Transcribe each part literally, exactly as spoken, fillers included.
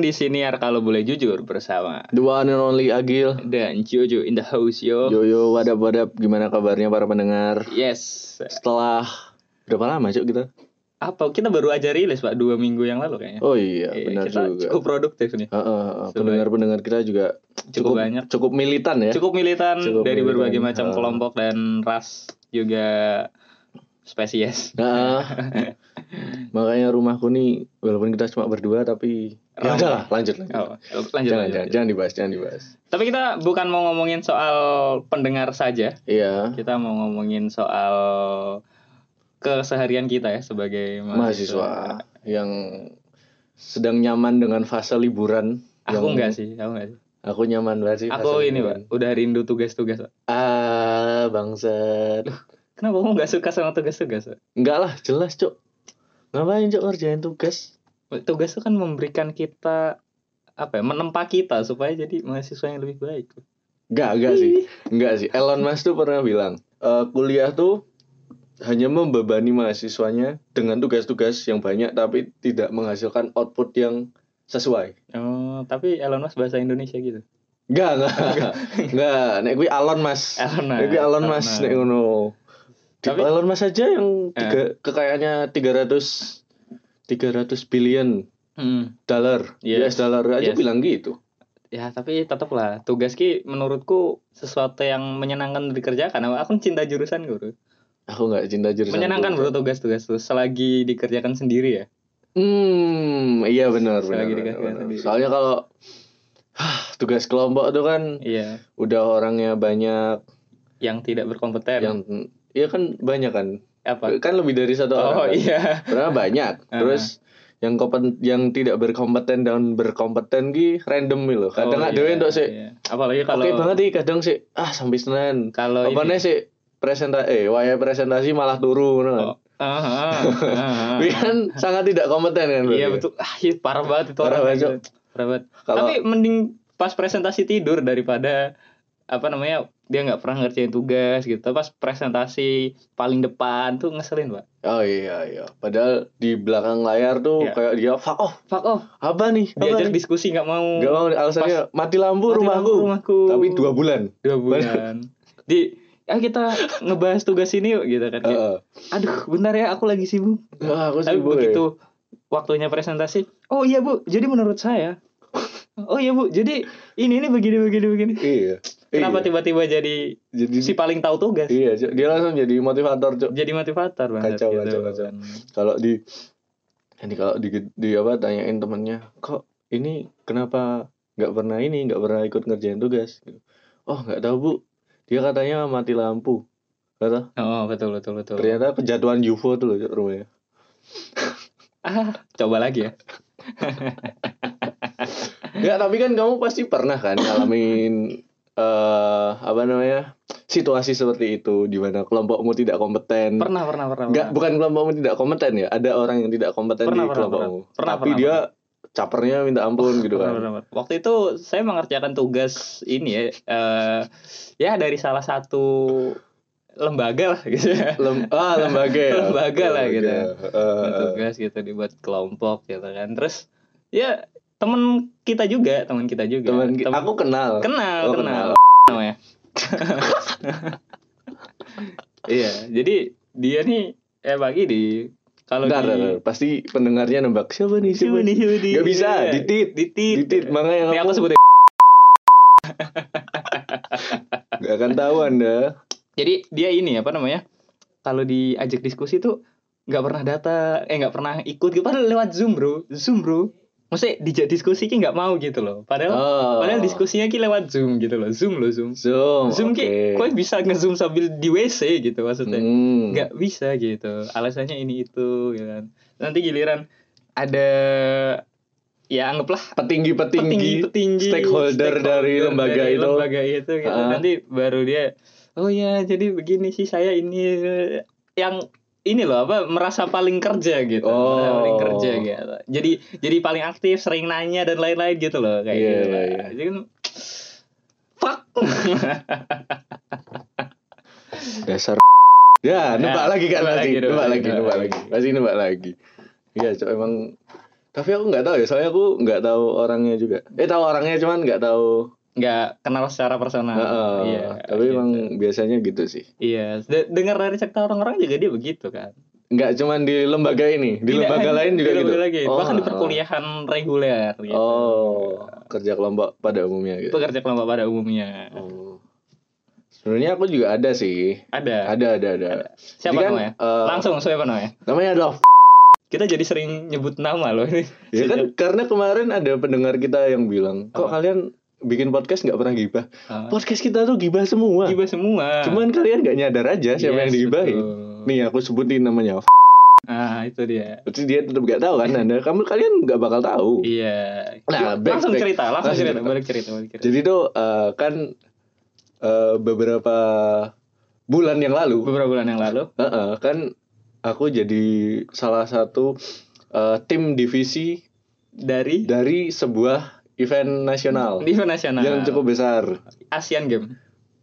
di Siniar Kalau Boleh Jujur bersama The one and only Agil dan Jojo in the house yo. Yo yo, wadap wadap, gimana kabarnya para pendengar? Yes. Setelah berapa lama cuk kita? Apa kita baru aja rilis Pak dua minggu yang lalu kayaknya. Oh iya, iya benar kita juga. Cukup produktif nih. Uh, uh, pendengar-pendengar kita juga cukup, cukup banyak, cukup militan ya. Cukup militan cukup dari militan. berbagai macam uh. kelompok dan ras juga spesies. Nah, makanya rumahku nih walaupun kita cuma berdua tapi ya udahlah lanjut lanjut. Oh, lanjut, jangan, lanjut. jangan jangan dibahas jangan dibahas. Tapi kita bukan mau ngomongin soal pendengar saja. Iya. Kita mau ngomongin soal keseharian kita ya sebagai mahasiswa, mahasiswa yang sedang nyaman dengan fase liburan. Aku yang... enggak sih, aku enggak sih. Aku nyaman banget sih. Aku ini Pak, udah rindu tugas-tugas Pak. Ah, bangsat. Kenapa kamu gak suka sama tugas-tugas Pak? Enggak lah, jelas Cuk. Ngapain Cuk ngerjain tugas? Tugas itu kan memberikan kita apa ya, menempa kita supaya jadi mahasiswa yang lebih baik. Enggak, enggak sih. Enggak sih. Elon Musk tuh pernah bilang, e, kuliah tuh hanya membebani mahasiswanya dengan tugas-tugas yang banyak tapi tidak menghasilkan output yang sesuai. Oh, tapi Elon Musk bahasa Indonesia gitu. Enggak, enggak. Enggak, nek kuwi Elon Musk. Nek kuwi Elon Musk nek ngono. Tapi Elon Musk aja yang tiga, eh. kekayaannya tiga ratus billion hmm. dollar, yes. U S dollar aja yes. bilang gitu. Ya, tapi tetaplah tugas ki menurutku sesuatu yang menyenangkan dikerjakan. Aku cinta jurusan guru. Aku enggak cinta jurusan. Menyenangkan bro tugas-tugas tuh selagi dikerjakan sendiri ya. Hmm, iya benar benar. Selagi benar, benar. Sendiri. Soalnya kalau tugas kelompok itu kan iya. Udah orangnya banyak yang tidak berkompeten. Yang iya kan banyak kan. Apa? Kan lebih dari satu oh, orang. Oh kan? Iya. Berapa banyak. Terus uh-huh. yang kompeten, yang tidak berkompeten dan berkompeten ki random gitu loh. Kadang ada oh, iya, entuk sih. Iya. Apalagi kalau oke banget nih kadang sih ah sampai Senin. Kalau apa nih sih presentasi eh waya presentasi malah turu ngono kan. Oh. Uh-huh. uh-huh. kan sangat tidak kompeten kan. Iya betul. Ah, iya, parah banget itu parah orang. Banget. Parah banget. Kalo... Tapi mending pas presentasi tidur daripada apa namanya dia nggak pernah ngerjain tugas gitu. Pas presentasi paling depan tuh ngeselin Pak. Oh iya iya. Padahal di belakang layar tuh yeah. kayak dia fuck off, fuck off. Apa nih? Apa Diajak nih? Diskusi nggak mau. Nggak mau. Alasannya mati lampu, mati rumahku. lampu rumahku. Tapi dua bulan. Dua bulan. di ya kita ngebahas tugas ini yuk gitu kan. Uh-uh. Aduh bentar ya aku lagi sibuk. Wah, aku Tapi sibuk. begitu ya. Waktunya presentasi. Oh iya Bu. Jadi menurut saya. Oh iya Bu. Jadi ini ini begini begini begini. Iya. Kenapa iya. tiba-tiba jadi, jadi si paling tahu tugas? Iya, dia langsung jadi motivator, Cuk. Jadi motivator banget. Kacau, gitu. kacau, kacau. Kalau di ini kalau di, di apa tanyain temennya, kok ini kenapa nggak pernah ini, nggak pernah ikut ngerjain tugas? Oh, nggak tahu Bu. Dia katanya mati lampu. Kata? Oh, betul, betul, betul. Ternyata kejatuhan U F O tuh loh, Cuk, rumahnya. Ah, coba lagi ya. Ya, tapi kan kamu pasti pernah kan ngalamin Uh, apa namanya situasi seperti itu di mana kelompokmu tidak kompeten. Pernah, pernah, pernah. Enggak, bukan kelompokmu tidak kompeten ya. Ada orang yang tidak kompeten pernah, di pernah, kelompokmu. Pernah, pernah, tapi pernah, dia pernah. capernya minta ampun oh, gitu kan. Pernah, pernah. Waktu itu saya mengerjakan tugas ini ya, uh, ya dari salah satu lembaga lah gitu ya. Lem, ah lembaga ya. lembaga lah lembaga. gitu. Uh, tugas gitu dibuat kelompok gitu kan. Terus ya teman kita juga, teman kita juga. Teman Temen, aku kenal. Kenal, oh, kenal. kenal. namanya. Iya, jadi dia nih eh bagi di kalau di dar, pasti pendengarnya nembak siapa nih siapa, siapa nih siapa nih nggak bisa ya, ditit ditit ditit makanya ini aku sebut nggak akan tahu Anda. Jadi dia ini apa namanya kalau diajak diskusi tuh nggak pernah data eh nggak pernah ikut gitu padahal lewat Zoom bro Zoom bro maksudnya dijak diskusi ki nggak mau gitu loh. Padahal oh. padahal diskusinya ki lewat Zoom gitu loh. Zoom loh Zoom. Zoom. Zoom okay. ki kok bisa nge-zoom sambil di W C gitu maksudnya. Hmm. Nggak bisa gitu. Alasannya ini itu gitu kan. Nanti giliran ada ya anggaplah petinggi-petinggi petinggi stakeholder, stakeholder dari lembaga dari itu. Lembaga itu gitu. Uh. Nanti baru dia oh ya jadi begini sih saya ini yang ini loh apa merasa paling kerja gitu, oh. merasa paling kerja gitu. Jadi jadi paling aktif, sering nanya dan lain-lain gitu loh kayak yeah, gitu. Yeah, yeah. Jadi kan fuck. Dasar. Ya, nebak ya, lagi kan pasti, nebak lagi, nebak lagi. Pasti nebak lagi. Iya, cok emang Tapi aku nggak tahu ya, soalnya aku nggak tahu orangnya juga. Eh tahu orangnya cuman nggak tahu. Nggak kenal secara personal. Uh, iya. Tapi gitu. Emang biasanya gitu sih. Iya. D- dengar dari cerita orang-orang juga dia begitu kan. Nggak cuman di lembaga ini, di Tidak, lembaga lain juga di lembaga gitu. Lagi. Oh, bahkan di perkuliahan oh. reguler. Gitu. Oh. Kerja kelompok pada umumnya gitu. Pekerja kelompok pada umumnya. Oh. Sebenarnya aku juga ada sih. Ada. Ada, ada, ada. ada. Siapa kan, namanya? Uh, Langsung siapa namanya? Namanya adalah kita jadi sering nyebut nama loh ini. Ya kan karena kemarin ada pendengar kita yang bilang, kok oh. kalian bikin podcast nggak pernah gibah? Uh. Podcast kita tuh gibah semua. Gibah semua. Cuman kalian nggak nyadar aja siapa yes, yang digibahin. Betul. Nih aku sebutin namanya. Ah itu dia. Berarti dia tetap nggak tahu kan? Anda, kamu kalian nggak bakal tahu. Iya. Nah, back, langsung back. cerita, langsung cerita, balik cerita, balik cerita. Jadi tuh uh, kan uh, beberapa bulan yang lalu. Beberapa bulan yang lalu. Uh, uh, kan aku jadi salah satu Uh, tim divisi dari dari sebuah event nasional. Event nasional yang cukup besar. Asian Game.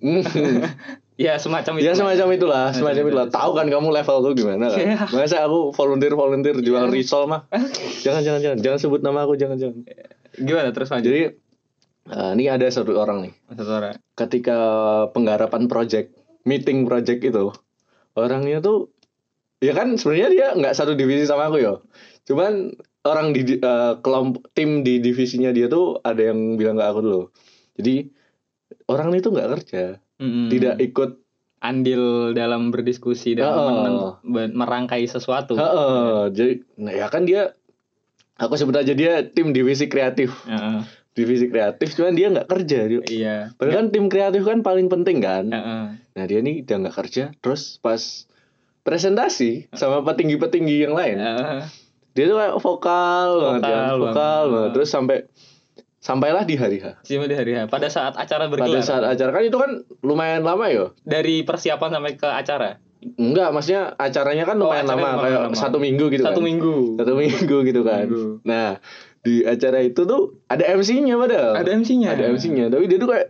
Ya semacam itu. Ya semacam itulah, semacam itulah. Tahu kan kamu level tuh gimana kan? Yeah. Masa aku volunteer volunteer jual yeah. risol mah. jangan jangan jangan jangan sebut nama aku, jangan jangan. Gimana terus lanjut? Jadi uh, ini ada satu orang nih. Satu orang. Ketika penggarapan project, meeting project itu, orangnya tuh ya kan sebenarnya dia nggak satu divisi sama aku ya. Cuman orang di uh, kelompok tim di divisinya dia tuh ada yang bilang ke aku dulu. Jadi orang itu nggak kerja, mm-hmm. tidak ikut andil dalam berdiskusi dan uh, men- merangkai sesuatu. Uh, uh, jadi, nah ya kan dia, aku sebut aja dia tim divisi kreatif. Uh-uh. Divisi kreatif, cuman dia nggak kerja. Dia. Iya. Padahal kan tim kreatif kan paling penting kan. Uh-uh. Nah dia nih udah nggak kerja, terus pas presentasi sama petinggi-petinggi yang lain. Uh. Dia tuh kayak vokal, vokal banget kan, vokal banget. Terus sampai sampailah di hari H. Sampai di hari H. Pada saat acara bergelar. Pada saat acara kan itu kan lumayan lama ya. Dari persiapan sampai ke acara. Enggak, maksudnya acaranya kan lumayan oh, lama, kayak lama. satu minggu gitu satu kan. Satu minggu. Satu minggu gitu kan. Minggu. Nah, di acara itu tuh ada M C-nya padahal. Ada M C-nya. Ada M C-nya, tapi dia tuh kayak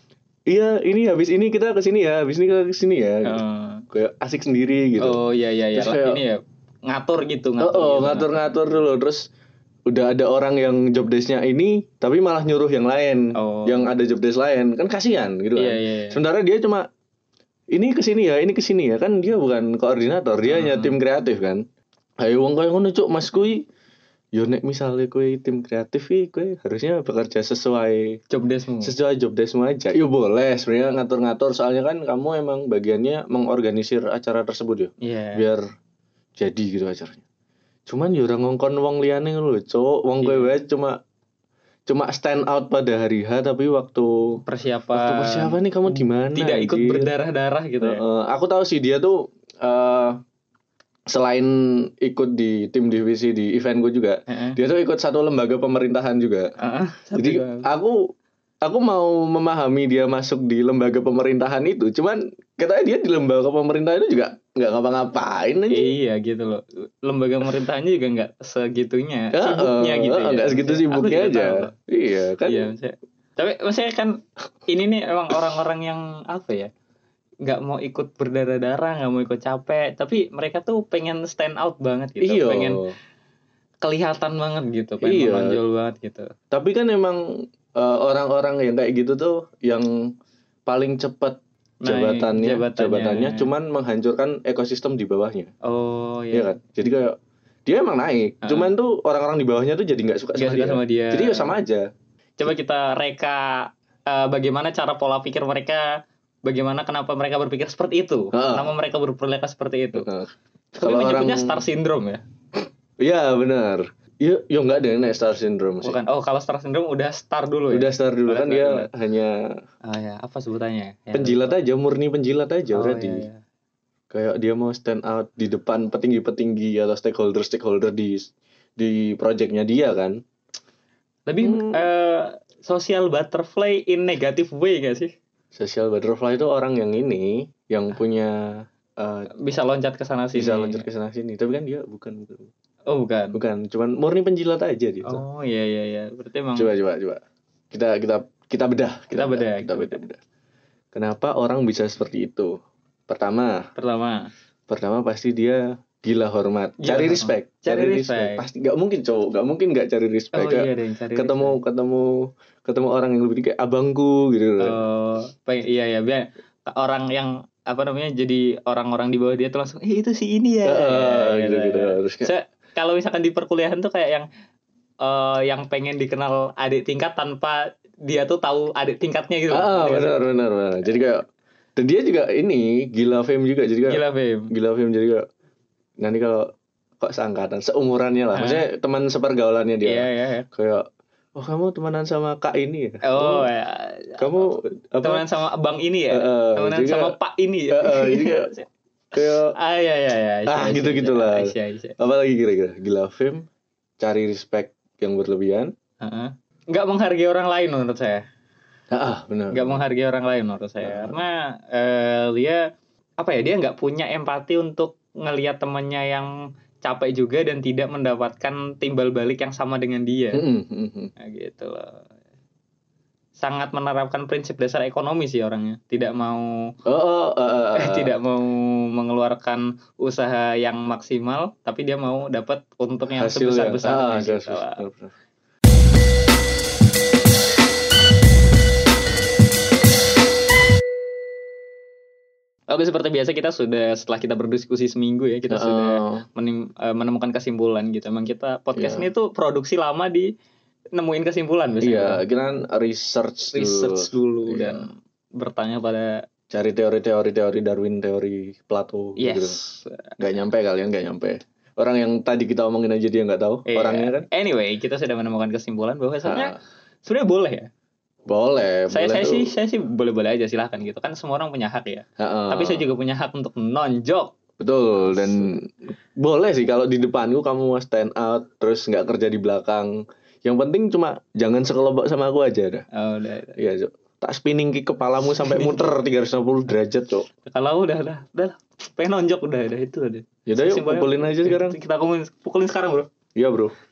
iya, ini habis ini kita ke sini ya, habis ini kita ke sini ya. Gitu. Uh. Kayak asik sendiri gitu. Oh iya iya iya. Kayak, ini ya ngatur gitu, ngatur. Oh, oh gitu, ngatur-ngatur dulu terus udah ada orang yang job desk-nya ini tapi malah nyuruh yang lain. Oh. Yang ada job desk lain. Kan kasihan gitu kan. Iya, iya, iya. Sementara dia cuma ini ke sini ya, ini ke sini ya. Kan dia bukan koordinator, dia hanya uh-huh. tim kreatif kan. Ayo wong koyo ngono cuk, Mas kuwi yo nek misale kowe tim kreatif iki kowe harusnya bekerja sesuai job desk-mu. Sesuai job desk-mu aja. Yo boleh sebenarnya ngatur-ngatur soalnya kan kamu emang bagiannya mengorganisir acara tersebut ya. Yeah. Biar jadi gitu acaranya. Cuman yo ora ngongkon wong liyane ngono lho, Cuk. Wong kowe wae cuma cuma stand out pada hari H tapi waktu persiapan waktu persiapan nih kamu di mana? Tidak ikut anjir. Berdarah-darah gitu ya. Uh, aku tahu sih dia tuh uh, selain ikut di tim divisi di event gue juga, uh-uh. dia tuh ikut satu lembaga pemerintahan juga. Uh-uh, Jadi juga. aku aku mau memahami dia masuk di lembaga pemerintahan itu, cuman katanya dia di lembaga pemerintahan itu juga nggak ngapa-ngapain aja. Iya gitu loh, lembaga pemerintahannya juga nggak segitunya, uh, sibuknya gitu uh, ya. Nggak segitu sibuknya aja. Tahu. Iya kan. Iya, maksudnya, tapi maksudnya kan ini nih emang orang-orang yang apa ya? Nggak mau ikut berdarah-darah, nggak mau ikut capek, tapi mereka tuh pengen stand out banget gitu, iyo. pengen kelihatan banget gitu, pengen iyo. menonjol banget gitu. Tapi kan emang uh, orang-orang yang kayak gitu tuh yang paling cepat jabatannya, jabatannya, jabatannya, cuman menghancurkan ekosistem di bawahnya. Oh iya. Iya kan, jadi kayak dia emang naik, uh-huh. cuman tuh orang-orang di bawahnya tuh jadi nggak suka sama, sama dia. Jadi ya sama aja. Coba kita reka uh, bagaimana cara pola pikir mereka. Bagaimana kenapa mereka berpikir seperti itu? Uh. Kenapa mereka berperilaku seperti itu? Uh. Tapi menyebutnya orang... star syndrome ya? Iya benar. Iya, yo nggak ada naik star syndrome sih. Bukan. Oh kalau star syndrome udah star dulu ya? Udah star dulu udah kan star dia dulu. Hanya. Ah ya apa sebutannya? Ya, penjilat lupa. aja, murni penjilat aja oh, berarti. Iya, iya. Kayak dia mau stand out di depan petinggi-petinggi atau stakeholder-stakeholder di di projectnya dia kan. Lebih hmm. uh, social butterfly in negative way nggak sih? Social butterfly itu orang yang ini yang punya uh, bisa loncat ke sana sini. Bisa loncat ke sana sini. Tapi kan dia bukan gitu. Oh, bukan. Bukan, cuman murni penjilat aja gitu. Oh, iya iya iya. Berarti emang Coba coba coba. Kita kita kita bedah, kita, kita bedah, kita bedah. Kita bedah. Kenapa orang bisa seperti itu? Pertama, pertama, pertama pasti dia gila hormat, Gila cari hormat. respect, Cari cari respect. respect. Pasti nggak mungkin cowok, nggak mungkin nggak cari respect. Oh Kayak iya deh, cari ketemu respect. ketemu ketemu orang yang lebih kayak abangku gitu. Oh, pengen, iya ya, biar orang yang apa namanya jadi orang-orang di bawah dia tuh langsung, eh itu si ini ya. Uh, ya, gitu ya, gitu. ya. Terus kayak, So, kalau misalkan di perkuliahan tuh kayak yang uh, yang pengen dikenal adik tingkat tanpa dia tuh tahu adik tingkatnya gitu. ah benar benar benar. Jadi kayak dan dia juga ini gila fame juga, jadi kayak Gila fame. Gila fame jadi kayak nanti kalau kok seangkatan seumurannya lah, maksudnya teman sepergaulannya dia. Iya iya. iya. Kayak oh kamu temenan sama kak ini ya? Oh, oh ya. kamu apa? Temenan sama abang ini ya? Uh, temenan juga, sama pak ini ya? Uh, uh, jadi kayak, kayak ah iya iya iya. ah gitu gitulah. Aisyah, Aisyah. Apalagi kira-kira gila fame, cari respect yang berlebihan. Uh-huh. Nggak menghargai orang lain menurut saya. Ah benar. Nggak menghargai orang lain menurut saya. Karena uh, dia apa ya? Dia nggak punya empati untuk ngelihat temannya yang capek juga dan tidak mendapatkan timbal balik yang sama dengan dia. Mm-hmm. Nah, gitu loh. Sangat menerapkan prinsip dasar ekonomi sih orangnya. Tidak mau oh, oh, uh, uh, uh. eh, tidak mau mengeluarkan usaha yang maksimal, tapi dia mau dapat untung yang sebesar-besarnya. Ah, gitu. Oke, seperti biasa kita sudah setelah kita berdiskusi seminggu ya, kita uh, sudah menim, uh, menemukan kesimpulan gitu. Emang kita podcast yeah. ini tuh produksi lama di nemuin kesimpulan biasanya. Iya, yeah, kita research dulu, research dulu yeah. dan bertanya pada cari teori-teori teori Darwin, teori Plato yes. gitu. Gak nyampe kalian, gak nyampe. Orang yang tadi kita omongin aja dia nggak tahu yeah. orangnya kan. Anyway, kita sudah menemukan kesimpulan bahwa sebenarnya sebenarnya boleh ya. Boleh, saya boleh saya tuh. sih saya sih boleh-boleh aja, silahkan gitu kan, semua orang punya hak ya. Uh-uh. Tapi saya juga punya hak untuk nonjok. Betul, dan boleh sih kalau di depanku kamu mau stand out terus nggak kerja di belakang. Yang penting cuma jangan sekelompok sama aku aja dah. Oh, udah. udah. Iya, Cok. Tak spinning ke kepalamu sampai muter tiga ratus enam puluh derajat, Cok. Kalau udah udah udah pengen nonjok udah udah itu udah. Ya udah yuk pukulin aja sekarang. Kita pukulin sekarang, Bro. Iya, Bro.